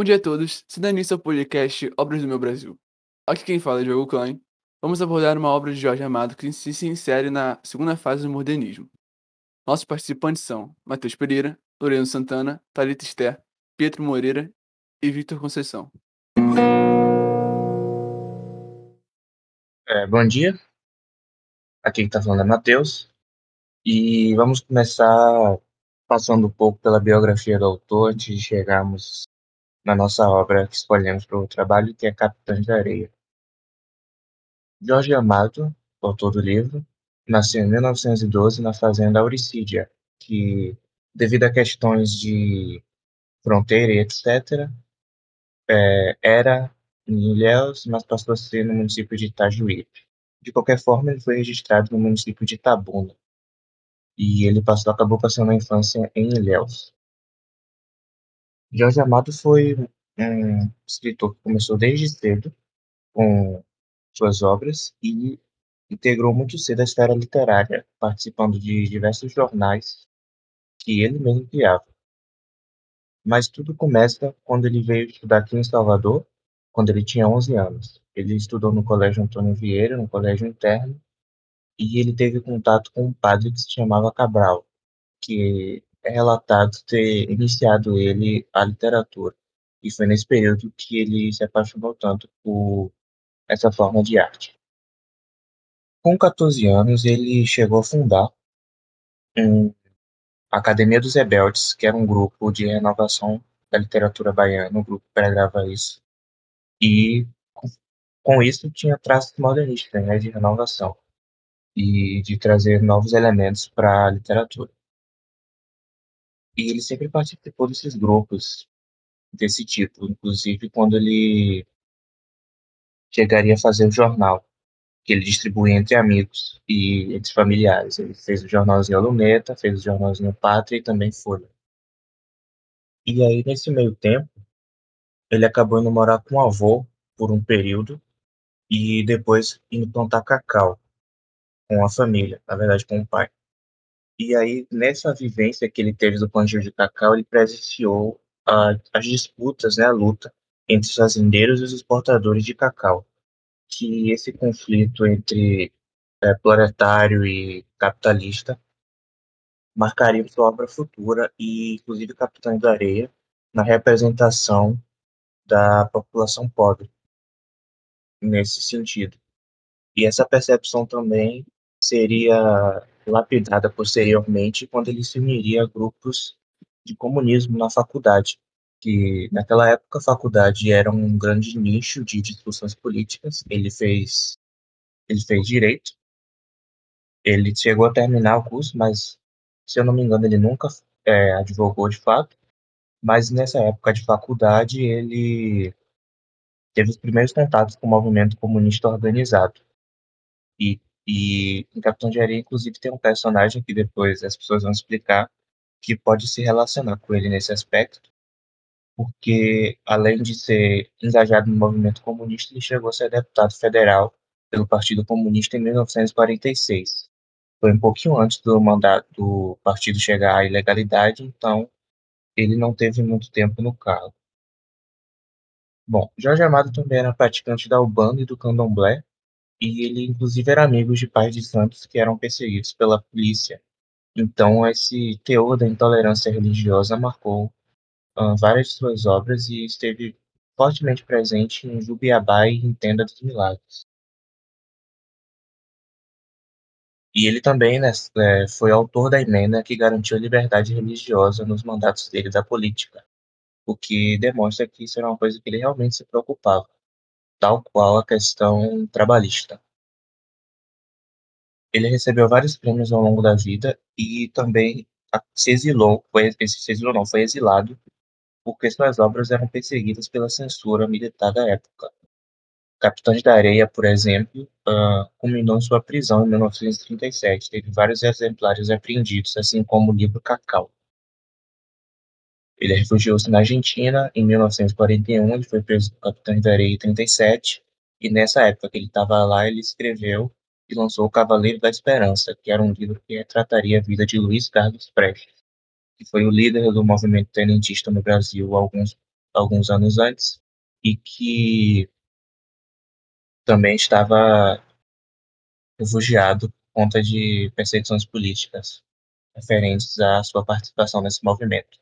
Bom dia a todos, se dá início ao podcast Obras do Meu Brasil. Aqui quem fala é Diogo Klein. Vamos abordar uma obra de Jorge Amado que se insere na segunda fase do modernismo. Nossos participantes são Matheus Pereira, Loreno Santana, Thalita Esther, Pietro Moreira e Victor Conceição. Bom dia, aqui que está falando é Matheus, e vamos começar passando um pouco pela biografia do autor antes de chegarmos na nossa obra que escolhemos para o trabalho, que é Capitães da Areia. Jorge Amado, autor do livro, nasceu em 1912 na fazenda Auricídia, que, devido a questões de fronteira e etc., era em Ilhéus, mas passou a ser no município de Itajuípe. De qualquer forma, ele foi registrado no município de Itabuna, e ele acabou passando a infância em Ilhéus. Jorge Amado foi um escritor que começou desde cedo com suas obras e integrou muito cedo a esfera literária, participando de diversos jornais que ele mesmo criava. Mas tudo começa quando ele veio estudar aqui em Salvador, quando ele tinha 11 anos. Ele estudou no Colégio Antônio Vieira, no Colégio Interno, e ele teve contato com um padre que se chamava Cabral, que é relatado ter iniciado ele a literatura. E foi nesse período que ele se apaixonou tanto por essa forma de arte. Com 14 anos, ele chegou a fundar a Academia dos Rebeldes, que era um grupo de renovação da literatura baiana, um grupo que pregava isso. E com isso tinha traços modernistas, né, de renovação e de trazer novos elementos para a literatura. E ele sempre participou desses grupos desse tipo, inclusive quando ele chegaria a fazer o jornal, que ele distribuía entre amigos e entre familiares. Ele fez o jornalzinho Luneta, fez o jornalzinho Pátria e também Folha. E aí, nesse meio tempo, ele acabou indo morar com o avô por um período e depois indo plantar cacau com a família, na verdade com o pai. E aí, nessa vivência que ele teve do plantio de cacau, ele presenciou as disputas, né, a luta entre os fazendeiros e os exportadores de cacau, que esse conflito entre proletário e capitalista marcaria sua obra futura e, inclusive, Capitães da Areia, na representação da população pobre, nesse sentido. E essa percepção também seria lapidada posteriormente quando ele se uniria a grupos de comunismo na faculdade, que naquela época a faculdade era um grande nicho de discussões políticas. Ele fez direito. Ele chegou a terminar o curso, mas, se eu não me engano, ele nunca advogou de fato. Mas nessa época de faculdade, ele teve os primeiros contatos com o movimento comunista organizado. E, e em Capitão de Areia, inclusive, tem um personagem que depois as pessoas vão explicar que pode se relacionar com ele nesse aspecto, porque, além de ser engajado no movimento comunista, ele chegou a ser deputado federal pelo Partido Comunista em 1946. Foi um pouquinho antes do mandato do partido chegar à ilegalidade, então ele não teve muito tempo no cargo. Bom, Jorge Amado também era praticante da Umbanda e do Candomblé, e ele inclusive era amigo de pais de santos que eram perseguidos pela polícia. Então esse teor da intolerância religiosa marcou várias de suas obras e esteve fortemente presente em Jubiabá e em Tenda dos Milagres. E ele também, né, foi autor da emenda que garantiu a liberdade religiosa nos mandatos dele da política, o que demonstra que isso era uma coisa que ele realmente se preocupava, tal qual a questão trabalhista. Ele recebeu vários prêmios ao longo da vida e também se exilou, se exilou não, foi exilado, porque suas obras eram perseguidas pela censura militar da época. Capitães da Areia, por exemplo, culminou em sua prisão em 1937. Teve vários exemplares apreendidos, assim como o livro Cacau. Ele refugiou-se na Argentina em 1941. Ele foi preso por Capitães da Areia em 37. E nessa época que ele estava lá, ele escreveu e lançou O Cavaleiro da Esperança, que era um livro que retrataria a vida de Luiz Carlos Prestes, que foi o líder do movimento tenentista no Brasil alguns anos antes e que também estava refugiado por conta de perseguições políticas referentes à sua participação nesse movimento.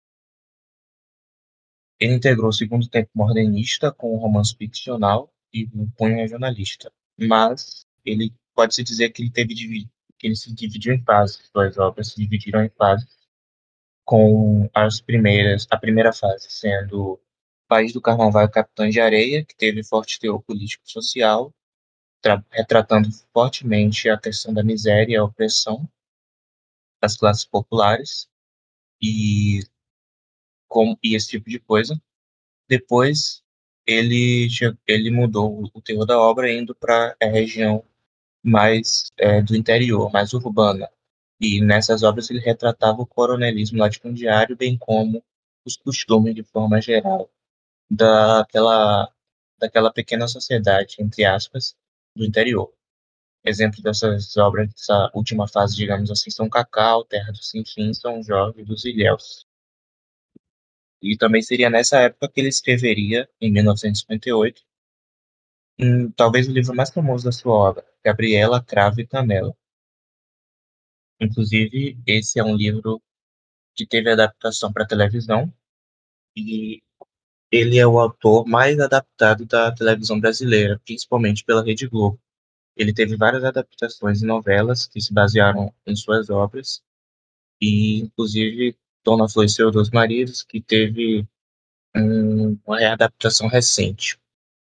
Ele integrou o segundo tempo modernista com o romance ficcional e o cunho regionalista, mas ele pode-se dizer que que ele se dividiu em fases, suas obras se dividiram em fases, com a primeira fase sendo País do Carnaval e Capitães de Areia, que teve forte teor político-social, retratando fortemente a questão da miséria e a opressão das classes populares e, e esse tipo de coisa. Depois, ele mudou o teor da obra indo para a região mais do interior, mais urbana. E nessas obras ele retratava o coronelismo latifundiário, bem como os costumes de forma geral daquela, daquela pequena sociedade, entre aspas, do interior. Exemplos dessas obras, dessa última fase, digamos assim, são Cacau, Terra do Sinfim, São Jorge dos Ilhéus. E também seria nessa época que ele escreveria, em 1958, talvez o livro mais famoso da sua obra, Gabriela, Cravo e Canela. Inclusive, esse é um livro que teve adaptação para televisão e ele é o autor mais adaptado da televisão brasileira, principalmente pela Rede Globo. Ele teve várias adaptações em novelas que se basearam em suas obras e, inclusive, Dona Flor e seus dois maridos, que teve uma readaptação recente.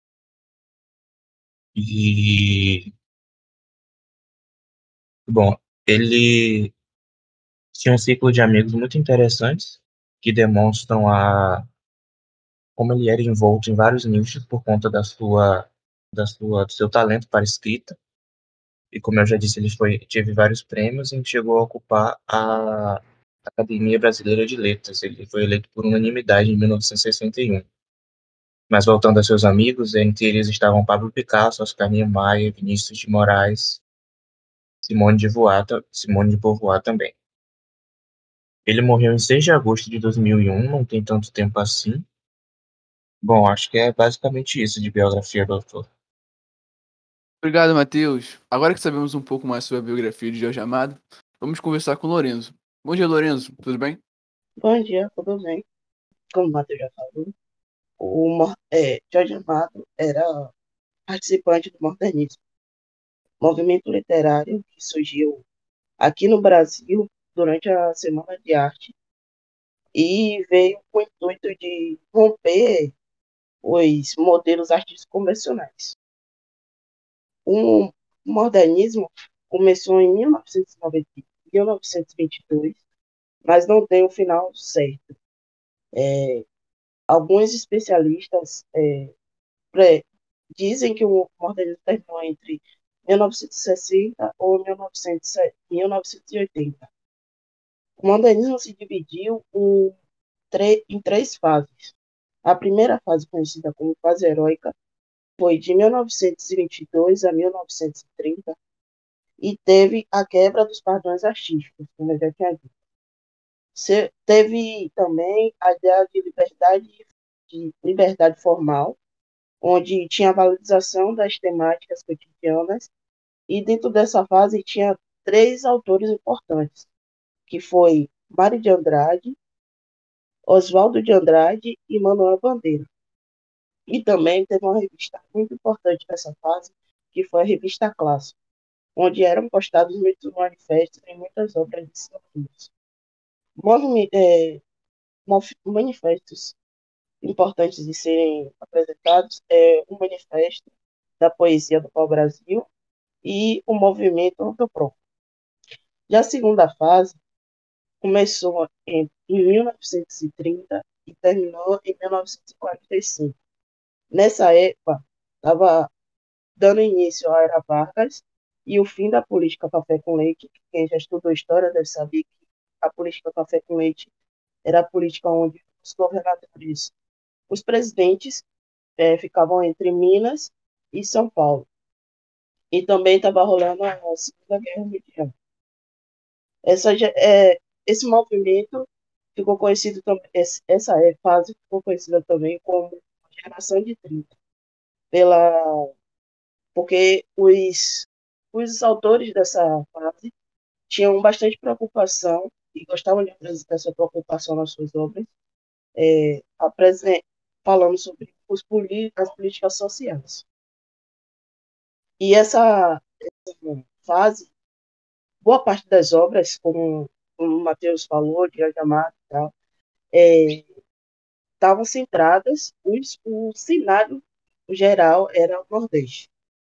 E, bom, ele tinha um ciclo de amigos muito interessantes que demonstram como ele era envolto em vários nichos por conta do seu talento para escrita. E como eu já disse, teve vários prêmios e chegou a ocupar a Academia Brasileira de Letras. Ele foi eleito por unanimidade em 1961. Mas voltando a seus amigos, entre eles estavam Pablo Picasso, Oscar Niemeyer, Vinícius de Moraes, Simone de Beauvoir também. Ele morreu em 6 de agosto de 2001, não tem tanto tempo assim. Bom, acho que é basicamente isso de biografia do autor. Obrigado, Matheus. Agora que sabemos um pouco mais sobre a biografia de Jorge Amado, vamos conversar com o Lorenzo. Bom dia, Lorenzo. Tudo bem? Bom dia, tudo bem? Como o Matheus já falou, Jorge Amado era participante do modernismo, movimento literário que surgiu aqui no Brasil durante a Semana de Arte e veio com o intuito de romper os modelos artísticos convencionais. O modernismo começou em 1922, mas não tem o final certo. Alguns especialistas dizem que o modernismo terminou entre 1960 ou 1980. O modernismo se dividiu em três fases. A primeira fase, conhecida como fase heróica, foi de 1922 a 1930 e teve a quebra dos padrões artísticos, como eu já tinha dito. Teve também a ideia de liberdade formal, onde tinha a valorização das temáticas cotidianas, e dentro dessa fase tinha três autores importantes, que foi Mário de Andrade, Oswaldo de Andrade e Manuel Bandeira. E também teve uma revista muito importante nessa fase, que foi a revista Clássico, onde eram postados muitos manifestos e muitas obras de seus livros. Manifestos importantes de serem apresentados é o Manifesto da Poesia do Pau-Brasil e o Movimento Autopró. Já a segunda fase começou em 1930 e terminou em 1945. Nessa época, estava dando início à Era Vargas e o fim da política café com leite. Quem já estudou história deve saber que a política café com leite era a política onde os governadores, os presidentes, ficavam entre Minas e São Paulo. E também estava rolando a Segunda Guerra Mundial. Esse movimento ficou conhecido também, fase ficou conhecida também como geração de 30, pela, porque os autores dessa fase tinham bastante preocupação e gostavam de apresentar essa preocupação nas suas obras, apresen- falando sobre as políticas sociais. E essa fase, boa parte das obras, como o Matheus falou, de Amado e tal, estavam centradas, o cenário geral era o Nordeste.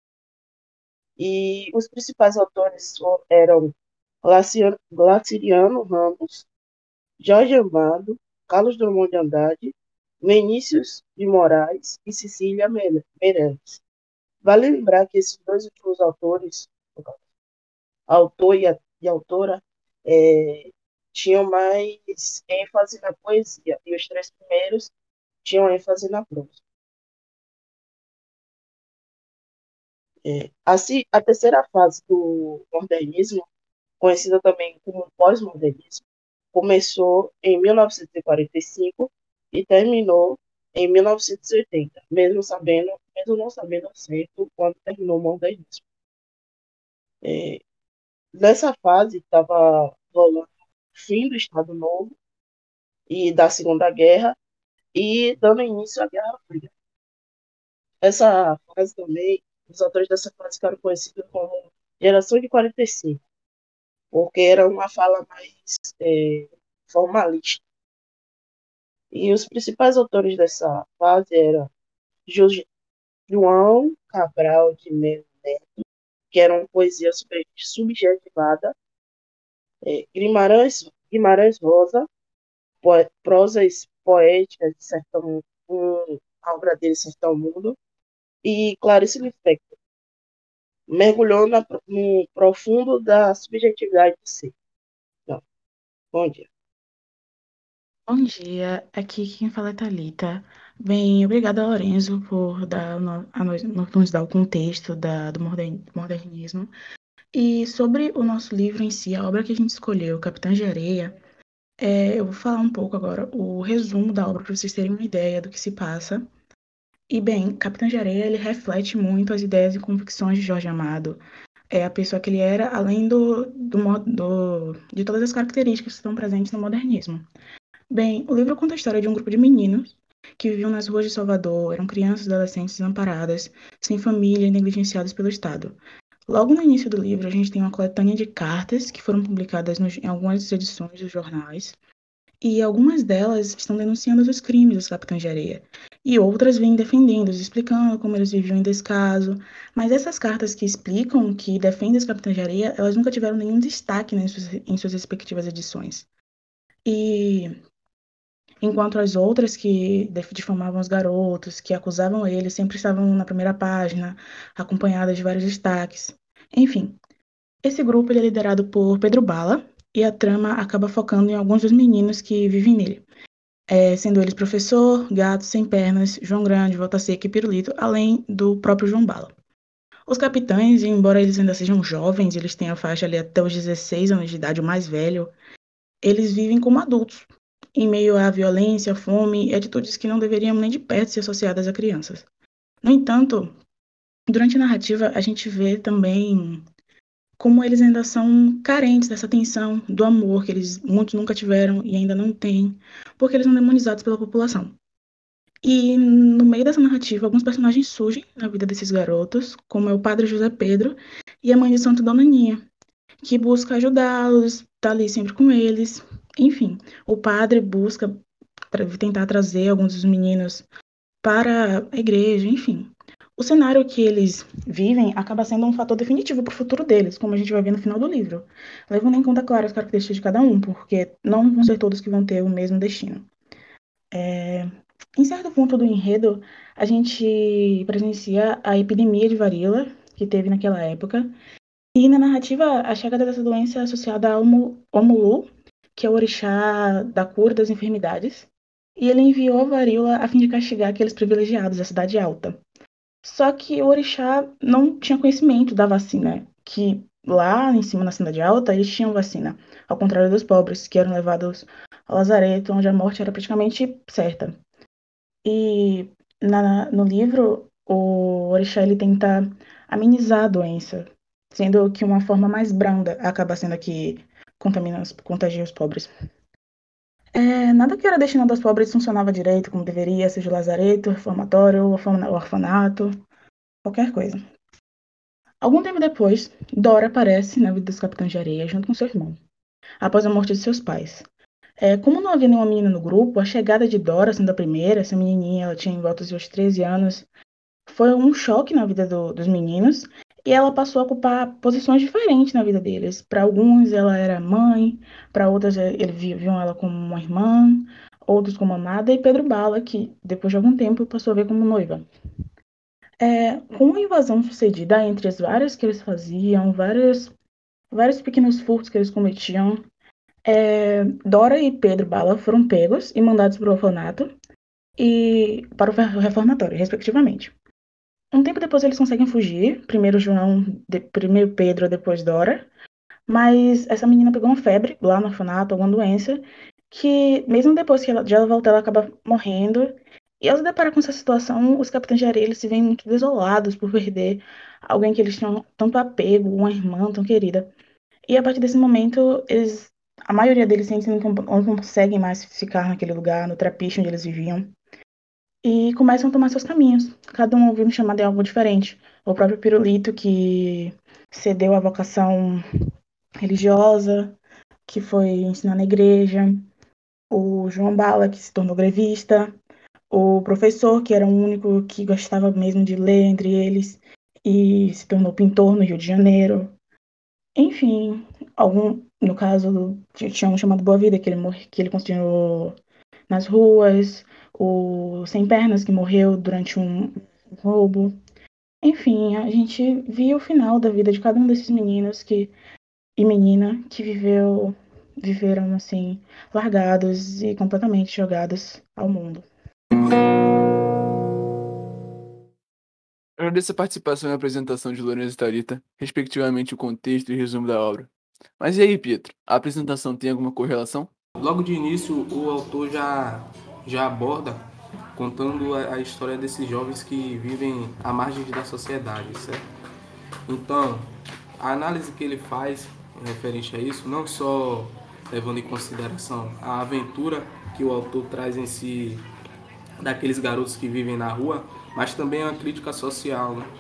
E os principais autores eram Graciliano Ramos, Jorge Amado, Carlos Drummond de Andrade, Vinícius de Moraes e Cecília Meirelles. Vale lembrar que esses dois últimos autores, autor e autora, é, tinham mais ênfase na poesia, e os três primeiros tinham ênfase na prosa. Assim, a terceira fase do modernismo, conhecida também como pós-modernismo, começou em 1945 e terminou em 1980, mesmo não sabendo ao certo quando terminou o modernismo. Nessa fase estava rolando o fim do Estado Novo e da Segunda Guerra e dando início à Guerra Fria. Essa fase também, os autores dessa fase ficaram conhecidos como Geração de 45, porque era uma fala mais formalista. E os principais autores dessa fase eram João Cabral de Melo Neto, que era uma poesia subjetivada, Guimarães Rosa, prosas poéticas de Sertão, a obra dele, Sertão Mundo, e Clarice Lispector, mergulhou no profundo da subjetividade do ser. Então, bom dia. Bom dia, aqui quem fala é Thalita. Bem, obrigada, Lorenzo, por nos dar o contexto do modernismo. E sobre o nosso livro em si, a obra que a gente escolheu, Capitães de Areia, eu vou falar um pouco agora o resumo da obra para vocês terem uma ideia do que se passa. E bem, Capitães de Areia, ele reflete muito as ideias e convicções de Jorge Amado. É a pessoa que ele era, além de todas as características que estão presentes no modernismo. Bem, o livro conta a história de um grupo de meninos que viviam nas ruas de Salvador, eram crianças e adolescentes desamparadas, sem família e negligenciados pelo Estado. Logo no início do livro, a gente tem uma coletânea de cartas que foram publicadas em algumas edições dos jornais, e algumas delas estão denunciando os crimes dos capitães de areia, e outras vêm defendendo-os, explicando como eles viviam em descaso. Mas essas cartas que explicam, que defendem os capitães de areia, elas nunca tiveram nenhum destaque, né, em suas respectivas edições. E enquanto as outras que difamavam os garotos, que acusavam eles, sempre estavam na primeira página, acompanhadas de vários destaques. Enfim, esse grupo ele é liderado por Pedro Bala, e a trama acaba focando em alguns dos meninos que vivem nele, sendo eles Professor, Gato, Sem Pernas, João Grande, Volta Seca e Pirulito, além do próprio João Bala. Os capitães, embora eles ainda sejam jovens, eles têm a faixa ali até os 16 anos de idade, o mais velho, eles vivem como adultos, em meio à violência, fome e atitudes que não deveriam nem de perto ser associadas a crianças. No entanto, durante a narrativa, a gente vê também como eles ainda são carentes dessa atenção, do amor que muitos nunca tiveram e ainda não têm, porque eles são demonizados pela população. E no meio dessa narrativa, alguns personagens surgem na vida desses garotos, como é o padre José Pedro e a mãe de Santo Dona Ninha, que busca ajudá-los, tá ali sempre com eles. Enfim, o padre busca tentar trazer alguns dos meninos para a igreja, enfim. O cenário que eles vivem acaba sendo um fator definitivo para o futuro deles, como a gente vai ver no final do livro. Levando em conta, claro, as características de cada um, porque não vão ser todos que vão ter o mesmo destino. Em certo ponto do enredo, a gente presencia a epidemia de varíola que teve naquela época, e na narrativa, a chegada dessa doença é associada a Omulu, que é o orixá da cura das enfermidades, e ele enviou a varíola a fim de castigar aqueles privilegiados da cidade alta. Só que o orixá não tinha conhecimento da vacina, que lá em cima na cidade alta eles tinham vacina, ao contrário dos pobres, que eram levados ao lazareto, onde a morte era praticamente certa. E no livro, o orixá ele tenta amenizar a doença, sendo que uma forma mais branda acaba sendo a que contagia os pobres. Nada que era destinado aos pobres funcionava direito como deveria, seja o lazareto, o reformatório, o orfanato, qualquer coisa. Algum tempo depois, Dora aparece na vida dos Capitães de Areia junto com seu irmão, após a morte de seus pais. Como não havia nenhuma menina no grupo, a chegada de Dora, sendo a primeira, essa menininha, ela tinha em volta dos 13 anos, foi um choque na vida dos meninos, e ela passou a ocupar posições diferentes na vida deles. Para alguns, ela era mãe, para outros, eles viam ela como uma irmã, outros como amada, e Pedro Bala, que depois de algum tempo passou a ver como noiva. Com a invasão sucedida entre as várias que eles faziam, vários pequenos furtos que eles cometiam, Dora e Pedro Bala foram pegos e mandados para o orfanato e para o reformatório, respectivamente. Um tempo depois eles conseguem fugir, primeiro primeiro Pedro, depois Dora, mas essa menina pegou uma febre lá no orfanato, alguma doença, que mesmo depois que ela volta, ela acaba morrendo. E ao se deparar com essa situação, os Capitães de Areia eles se veem muito desolados por perder alguém que eles tinham tanto apego, uma irmã tão querida. E a partir desse momento, a maioria deles sentem que não conseguem mais ficar naquele lugar, no trapiche onde eles viviam, e começam a tomar seus caminhos, cada um ouvindo chamar de algo diferente. O próprio Pirulito, que cedeu à vocação religiosa, que foi ensinar na igreja, o João Bala, que se tornou grevista, o professor, que era o único que gostava mesmo de ler entre eles, e se tornou pintor no Rio de Janeiro. Enfim, no caso, tinha um chamado Boa Vida, que ele continuou nas ruas, o Sem Pernas, que morreu durante um roubo. Enfim, a gente via o final da vida de cada um desses meninos e menina que viveram assim, largados e completamente jogados ao mundo. Agradeço a participação e a apresentação de Lourenço e Thalita, respectivamente o contexto e resumo da obra. Mas e aí, Pietro? A apresentação tem alguma correlação? Logo de início, o autor já aborda contando a história desses jovens que vivem à margem da sociedade, certo? Então, a análise que ele faz referente a isso, não só levando em consideração a aventura que o autor traz em si daqueles garotos que vivem na rua, mas também é uma crítica social, né?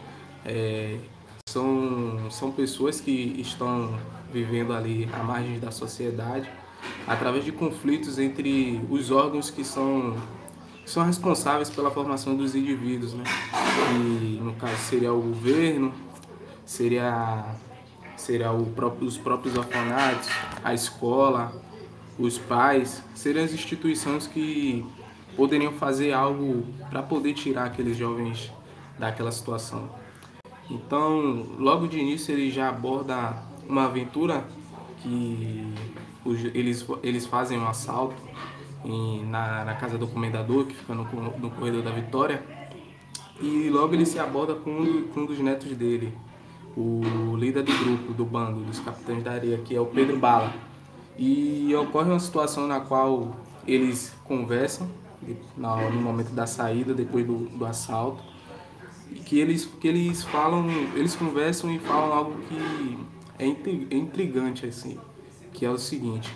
São pessoas que estão vivendo ali à margem da sociedade através de conflitos entre os órgãos que são responsáveis pela formação dos indivíduos, né? E no caso seria o governo, seria os próprios orfanatos, a escola, os pais, seriam as instituições que poderiam fazer algo para poder tirar aqueles jovens daquela situação. Então, logo de início ele já aborda uma aventura que eles fazem um assalto na casa do comendador, que fica no Corredor da Vitória, e logo ele se aborda com um dos netos dele, o líder do grupo, do bando, dos Capitães da Areia, que é o Pedro Bala. E ocorre uma situação na qual eles conversam no momento da saída, depois do assalto, e que eles conversam e falam algo que é intrigante, assim, que é o seguinte.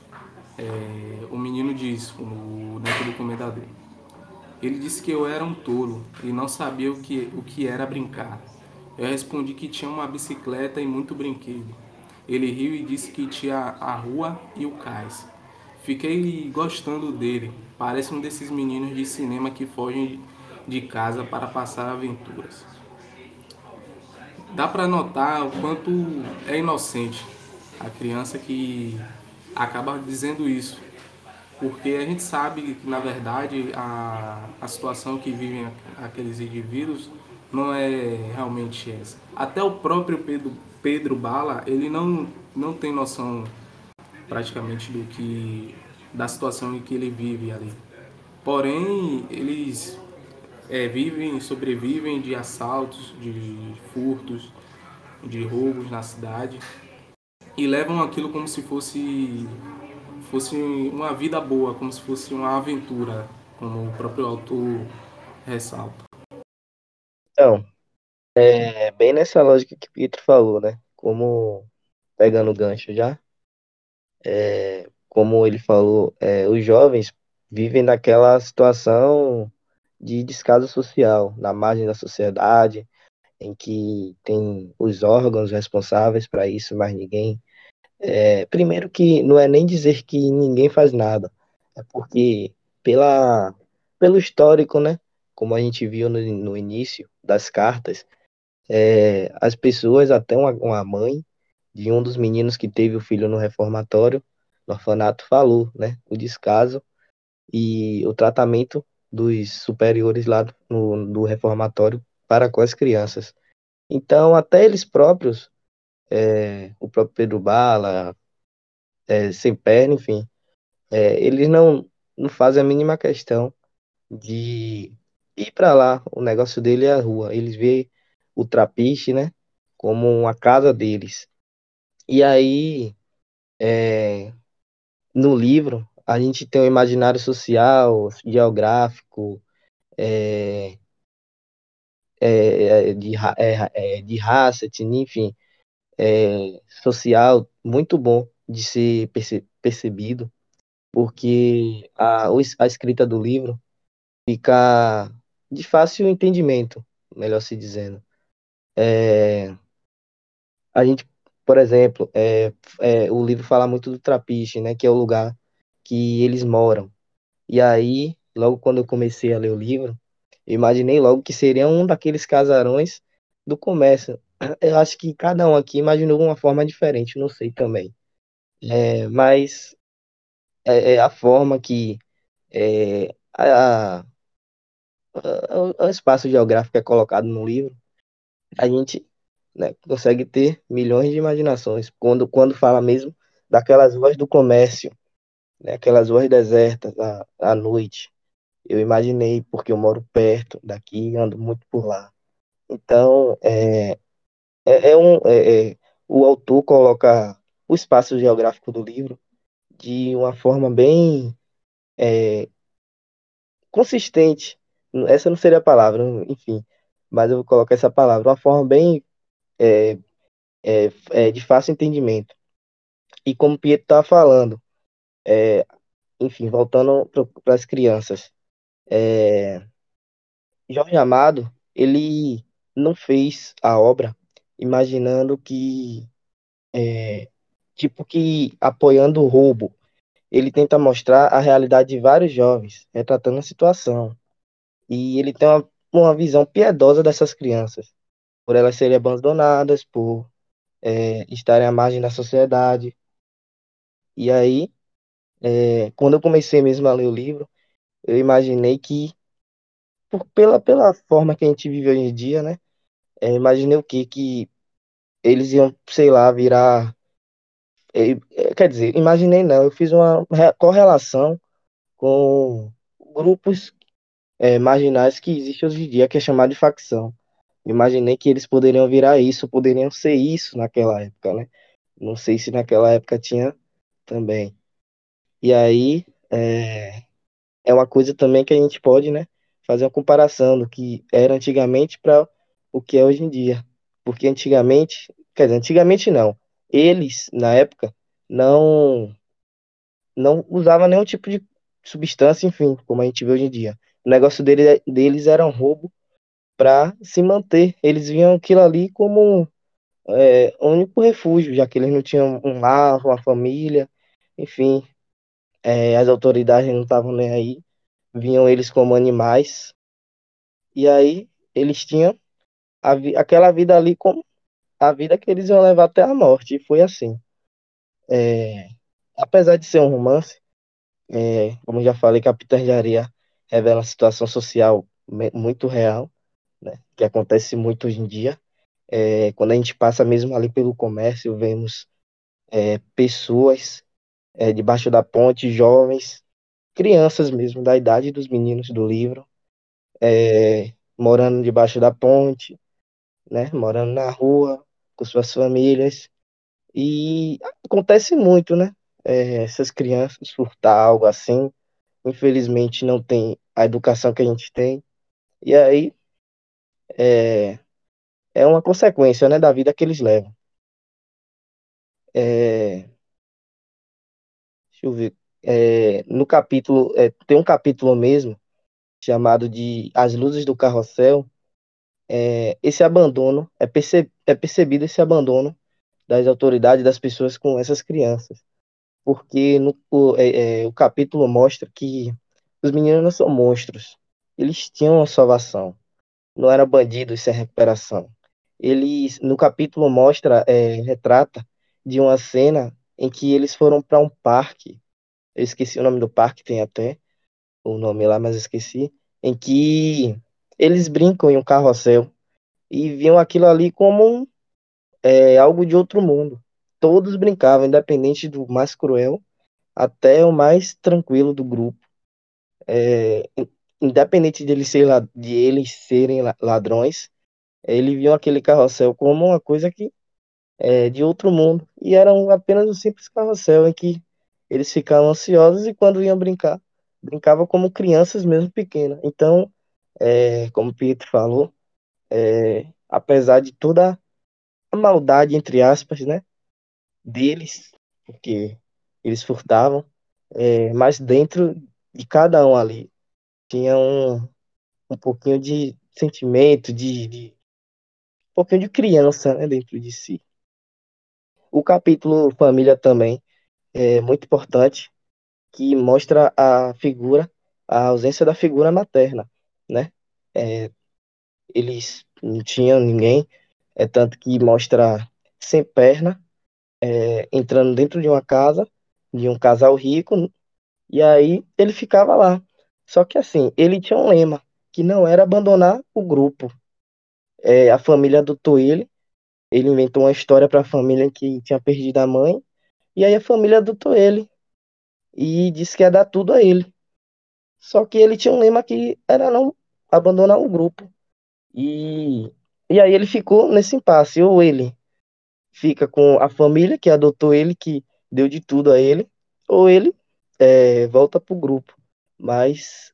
O menino diz, o neto do comendador, ele disse que eu era um tolo e não sabia o que era brincar. Eu respondi que tinha uma bicicleta e muito brinquedo. Ele riu e disse que tinha a rua e o cais. Fiquei gostando dele. Parece um desses meninos de cinema que fogem de casa para passar aventuras. Dá para notar o quanto é inocente a criança que acaba dizendo isso. Porque a gente sabe que, na verdade, a situação que vivem aqueles indivíduos não é realmente essa. Até o próprio Pedro Bala, ele não tem noção praticamente da situação em que ele vive ali. Porém, eles sobrevivem de assaltos, de furtos, de roubos na cidade e levam aquilo como se fosse uma vida boa, como se fosse uma aventura, como o próprio autor ressalta. Então, é bem nessa lógica que o Pietro falou, né? Como, pegando o gancho já, como ele falou, os jovens vivem naquela situação de descaso social, na margem da sociedade, em que tem os órgãos responsáveis para isso, mas ninguém. Primeiro que não é nem dizer que ninguém faz nada, é porque pela, pelo histórico, né? Como a gente viu no início das cartas, as pessoas, até uma mãe de um dos meninos que teve o filho no reformatório, no orfanato, falou, né? O descaso e o tratamento dos superiores lá do reformatório para com as crianças. Então, até eles próprios, o próprio Pedro Bala, Sem Perna, enfim, eles não fazem a mínima questão de ir para lá. O negócio dele é a rua. Eles veem o Trapiche, né, como uma casa deles. E aí, no livro, a gente tem um imaginário social, geográfico, é, de raça, etnia, enfim, social, muito bom de ser percebido, porque a escrita do livro fica de fácil entendimento, melhor se dizendo. A gente, por exemplo, o livro fala muito do Trapiche, né, que é o lugar que eles moram. E aí, logo quando eu comecei a ler o livro, eu imaginei logo que seria um daqueles casarões do comércio. Eu acho que cada um aqui imaginou de uma forma diferente, não sei também. Mas é a forma que é, o espaço geográfico é colocado no livro, a gente, né, consegue ter milhões de imaginações. Quando fala mesmo daquelas ruas do comércio, né, aquelas ruas desertas à noite, eu imaginei, porque eu moro perto daqui, ando muito por lá. Então, é, é um, é- é- o autor coloca o espaço geográfico do livro de uma forma bem consistente. Essa não seria a palavra, enfim, mas eu vou colocar essa palavra, uma forma bem de fácil entendimento. E como o Pietro estava falando, enfim, voltando para as crianças, Jorge Amado, ele não fez a obra imaginando que, tipo, que apoiando o roubo. Ele tenta mostrar a realidade de vários jovens, retratando a situação. E ele tem uma visão piedosa dessas crianças, por elas serem abandonadas, por estarem à margem da sociedade. E aí, quando eu comecei mesmo a ler o livro, eu imaginei que, pela forma que a gente vive hoje em dia, né? Imaginei o quê? Que eles iam, sei lá, virar. Quer dizer, imaginei não, eu fiz uma correlação com grupos marginais que existem hoje em dia, que é chamado de facção. Imaginei que eles poderiam virar isso, poderiam ser isso naquela época, né? Não sei se naquela época tinha também. E aí, é uma coisa também que a gente pode, né, fazer uma comparação do que era antigamente para o que é hoje em dia. Porque antigamente, quer dizer, antigamente não. Eles, na época, não não usavam nenhum tipo de substância, enfim, como a gente vê hoje em dia. O negócio deles era um roubo para se manter. Eles viam aquilo ali como o único refúgio, já que eles não tinham um lar, uma família, enfim, as autoridades não estavam nem aí, viam eles como animais. E aí eles tinham aquela vida ali como a vida que eles iam levar até a morte. E foi assim. É, apesar de ser um romance, como já falei, Capitães de Areia revela uma situação social muito real, né, que acontece muito hoje em dia. Quando a gente passa mesmo ali pelo comércio, vemos pessoas debaixo da ponte, jovens, crianças mesmo, da idade dos meninos do livro, morando debaixo da ponte, né? Morando na rua com suas famílias. E acontece muito, né? essas crianças furtar algo assim. Infelizmente não tem a educação que a gente tem. E aí é, é uma consequência, né, da vida que eles levam. É, deixa eu ver. No capítulo, tem um capítulo mesmo chamado de As Luzes do Carrossel. Esse abandono, é percebido esse abandono das autoridades, das pessoas com essas crianças. Porque o capítulo mostra que os meninos não são monstros. Eles tinham uma salvação. Não era bandidos sem recuperação. Eles, no capítulo mostra, retrata de uma cena em que eles foram para um parque. Eu esqueci o nome do parque, tem até o nome lá, mas eu esqueci. Em que eles brincam em um carrossel e viam aquilo ali como algo de outro mundo. Todos brincavam, independente do mais cruel até o mais tranquilo do grupo. Independente de eles serem ladrões, eles viam aquele carrossel como uma coisa que é de outro mundo. E era apenas um simples carrossel em que eles ficavam ansiosos e quando iam brincar, brincavam como crianças mesmo pequenas. Então, como o Pietro falou, apesar de toda a maldade, entre aspas, né, deles, porque eles furtavam, mas dentro de cada um ali tinha um pouquinho de sentimento, de um pouquinho de criança, né, dentro de si. O capítulo família também é muito importante, que mostra a ausência da figura materna, né? É, eles não tinham ninguém, tanto que mostra sem perna, entrando dentro de uma casa, de um casal rico, e aí ele ficava lá. Só que assim, ele tinha um lema, que não era abandonar o grupo. A família adotou ele inventou uma história para a família que tinha perdido a mãe, e aí a família adotou ele e disse que ia dar tudo a ele. Só que ele tinha um lema que era não abandonar o grupo. E, e aí ele ficou nesse impasse. Ou ele fica com a família que adotou ele, que deu de tudo a ele, ou ele volta pro grupo. Mas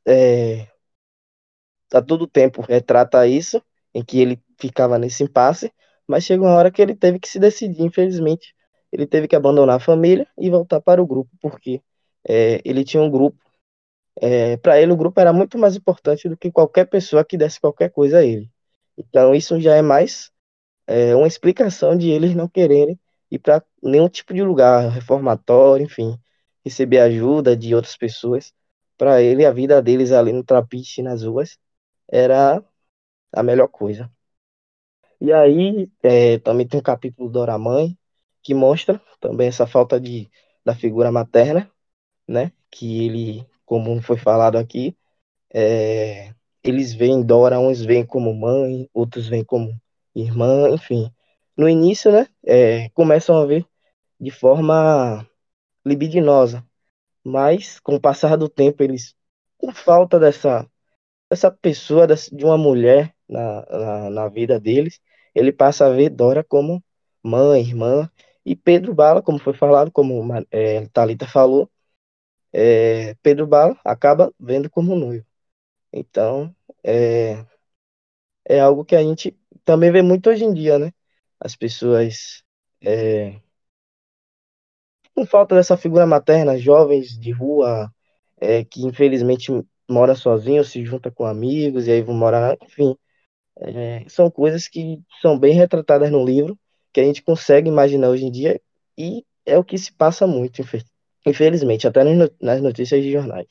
a todo tempo retrata isso, em que ele ficava nesse impasse, mas chega uma hora que ele teve que se decidir, infelizmente. Ele teve que abandonar a família e voltar para o grupo, porque ele tinha um grupo. Para ele, o grupo era muito mais importante do que qualquer pessoa que desse qualquer coisa a ele. Então, isso já é mais uma explicação de eles não quererem ir para nenhum tipo de lugar, reformatório, enfim, receber ajuda de outras pessoas. Para ele, a vida deles ali no trapiche, nas ruas, era a melhor coisa. E aí, também tem um capítulo do Doramãe, que mostra também essa falta da figura materna, né? Que ele, como foi falado aqui, eles veem Dora, uns veem como mãe, outros veem como irmã, enfim. No início, né, começam a ver de forma libidinosa, mas com o passar do tempo, eles, com falta dessa pessoa, de uma mulher na vida deles, ele passa a ver Dora como mãe, irmã, e Pedro Bala, como foi falado, como Thalita falou, Pedro Bala acaba vendo como noivo. Então, é, é algo que a gente também vê muito hoje em dia, né? As pessoas é, com falta dessa figura materna, jovens de rua, que infelizmente moram sozinhos, se juntam com amigos e aí vão morar, enfim, são coisas que são bem retratadas no livro, que a gente consegue imaginar hoje em dia e é o que se passa muito, infelizmente, até nas notícias de jornais.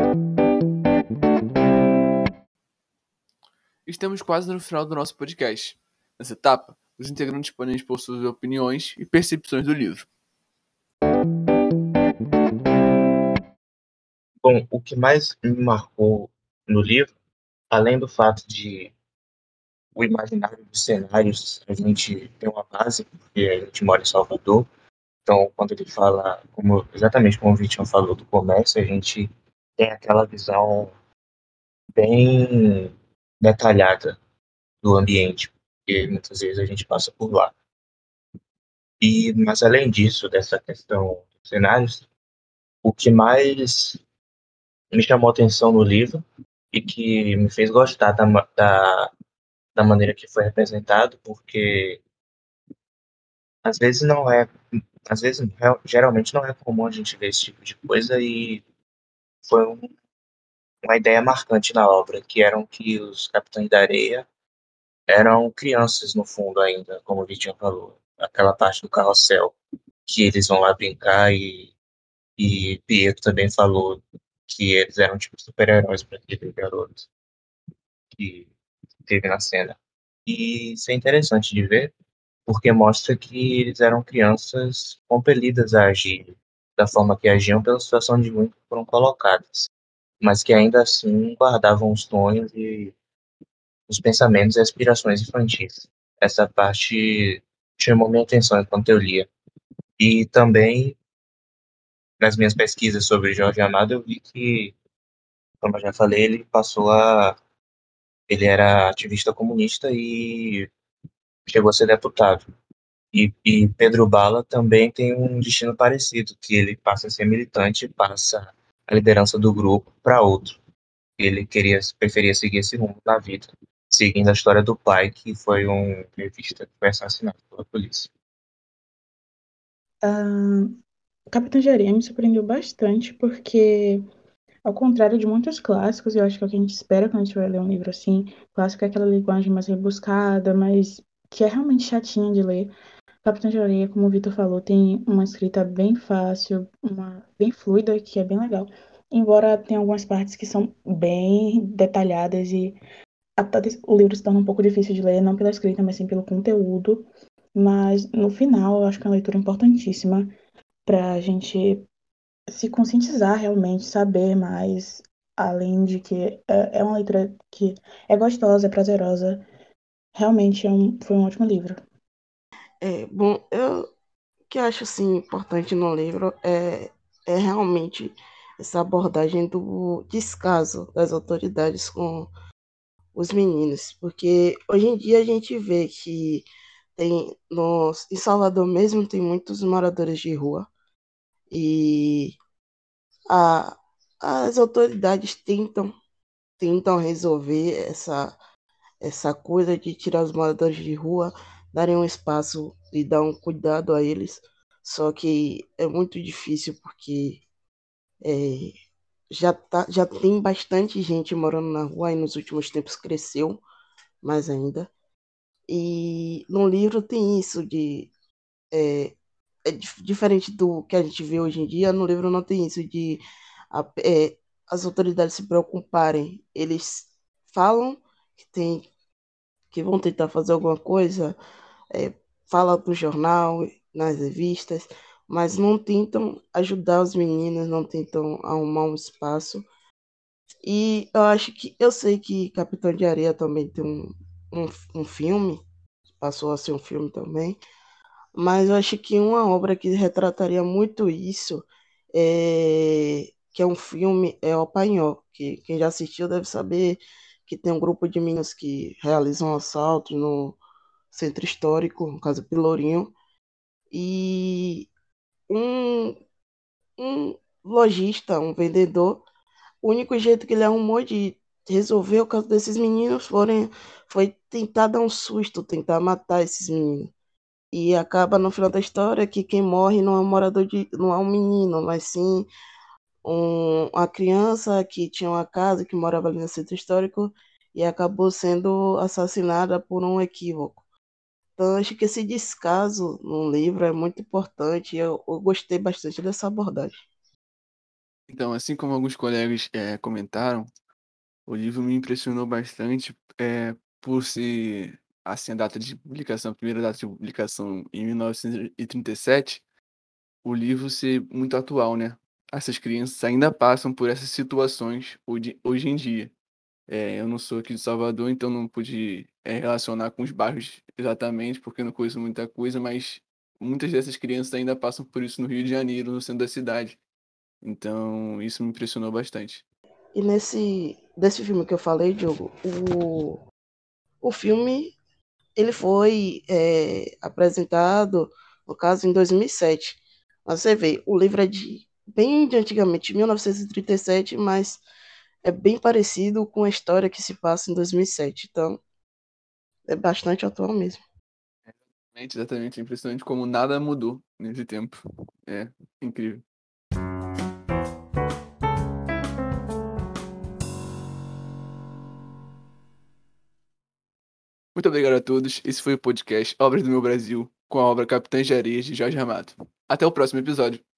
Estamos quase no final do nosso podcast. Nessa etapa, os integrantes podem expor suas opiniões e percepções do livro. Bom, o que mais me marcou no livro, além do fato de o imaginário dos cenários, a gente tem uma base, porque a gente mora em Salvador, então quando ele fala, exatamente como o Vitinho falou do comércio, a gente tem aquela visão bem detalhada do ambiente, porque muitas vezes a gente passa por lá. Mas além disso, dessa questão dos cenários, O que mais me chamou atenção no livro e que me fez gostar da maneira que foi representado, porque às vezes não é, às vezes geralmente não é comum a gente ver esse tipo de coisa e foi uma ideia marcante na obra, que eram que os Capitães da Areia eram crianças no fundo ainda, como o Vitinho falou. Aquela parte do carrossel, que eles vão lá brincar e Pietro também falou que eles eram tipo super-heróis para aquele garoto que teve na cena. E isso é interessante de ver, porque mostra que eles eram crianças compelidas a agir da forma que agiam pela situação de ruim que foram colocadas, mas que ainda assim guardavam os sonhos e os pensamentos e aspirações infantis. Essa parte chamou minha atenção enquanto eu lia. E também, nas minhas pesquisas sobre Jorge Amado, eu vi que, como eu já falei, ele era ativista comunista e chegou a ser deputado. E Pedro Bala também tem um destino parecido, que ele passa a ser militante e passa a liderança do grupo para outro. Ele preferia seguir esse rumo na vida, seguindo a história do pai, que foi um revista que foi assassinado pela polícia. O Capitão de Areia me surpreendeu bastante, porque, ao contrário de muitos clássicos, eu acho que é o que a gente espera quando a gente vai ler um livro assim, clássico é aquela linguagem mais rebuscada, mas que é realmente chatinha de ler. Capitão de Areia, como o Vitor falou, tem uma escrita bem fácil, uma bem fluida, que é bem legal. Embora tenha algumas partes que são bem detalhadas e o livro se torna um pouco difícil de ler, não pela escrita, mas sim pelo conteúdo. Mas no final, eu acho que é uma leitura importantíssima para a gente se conscientizar realmente, saber mais, além de que é uma leitura que é gostosa, é prazerosa. Realmente foi um ótimo livro. Bom, o que eu acho assim, importante no livro é realmente essa abordagem do descaso das autoridades com os meninos, porque hoje em dia a gente vê que em Salvador mesmo tem muitos moradores de rua e a, as autoridades tentam resolver essa coisa de tirar os moradores de rua, darem um espaço e dar um cuidado a eles. Só que é muito difícil porque é, já tem bastante gente morando na rua e nos últimos tempos cresceu mais ainda. E no livro tem isso de. É, diferente do que a gente vê hoje em dia, no livro não tem isso de as autoridades se preocuparem. Eles falam que vão tentar fazer alguma coisa, é, fala no jornal, nas revistas, mas não tentam ajudar os meninos, não tentam arrumar um espaço. E eu sei que Capitão de Areia também tem um filme, passou a ser um filme também, mas eu acho que uma obra que retrataria muito isso que é um filme, é O Apanhó, que quem já assistiu deve saber que tem um grupo de meninos que realizam assaltos no centro histórico, no caso Pelourinho, e um, um lojista, um vendedor, o único jeito que ele arrumou de resolver o caso desses meninos foi tentar dar um susto, tentar matar esses meninos. E acaba no final da história que quem morre não é um não é um menino, mas sim uma criança que tinha uma casa que morava ali no centro histórico e acabou sendo assassinada por um equívoco. Então, acho que esse descaso no livro é muito importante. Eu gostei bastante dessa abordagem. Então, assim como alguns colegas comentaram, o livro me impressionou bastante por ser, assim, a data de publicação, a primeira data de publicação em 1937, o livro ser muito atual, né? Essas crianças ainda passam por essas situações hoje em dia. Eu não sou aqui de Salvador, então não pude relacionar com os bairros exatamente, porque eu não conheço muita coisa, mas muitas dessas crianças ainda passam por isso no Rio de Janeiro, no centro da cidade. Então, isso me impressionou bastante. E desse filme que eu falei, Diogo, o filme ele foi apresentado, no caso, em 2007. Mas você vê, o livro é de bem de antigamente, 1937, mas é bem parecido com a história que se passa em 2007. Então, é bastante atual mesmo. Exatamente, é impressionante como nada mudou nesse tempo. É incrível. Muito obrigado a todos. Esse foi o podcast Obras do Meu Brasil, com a obra Capitães de Areias de Jorge Amado. Até o próximo episódio.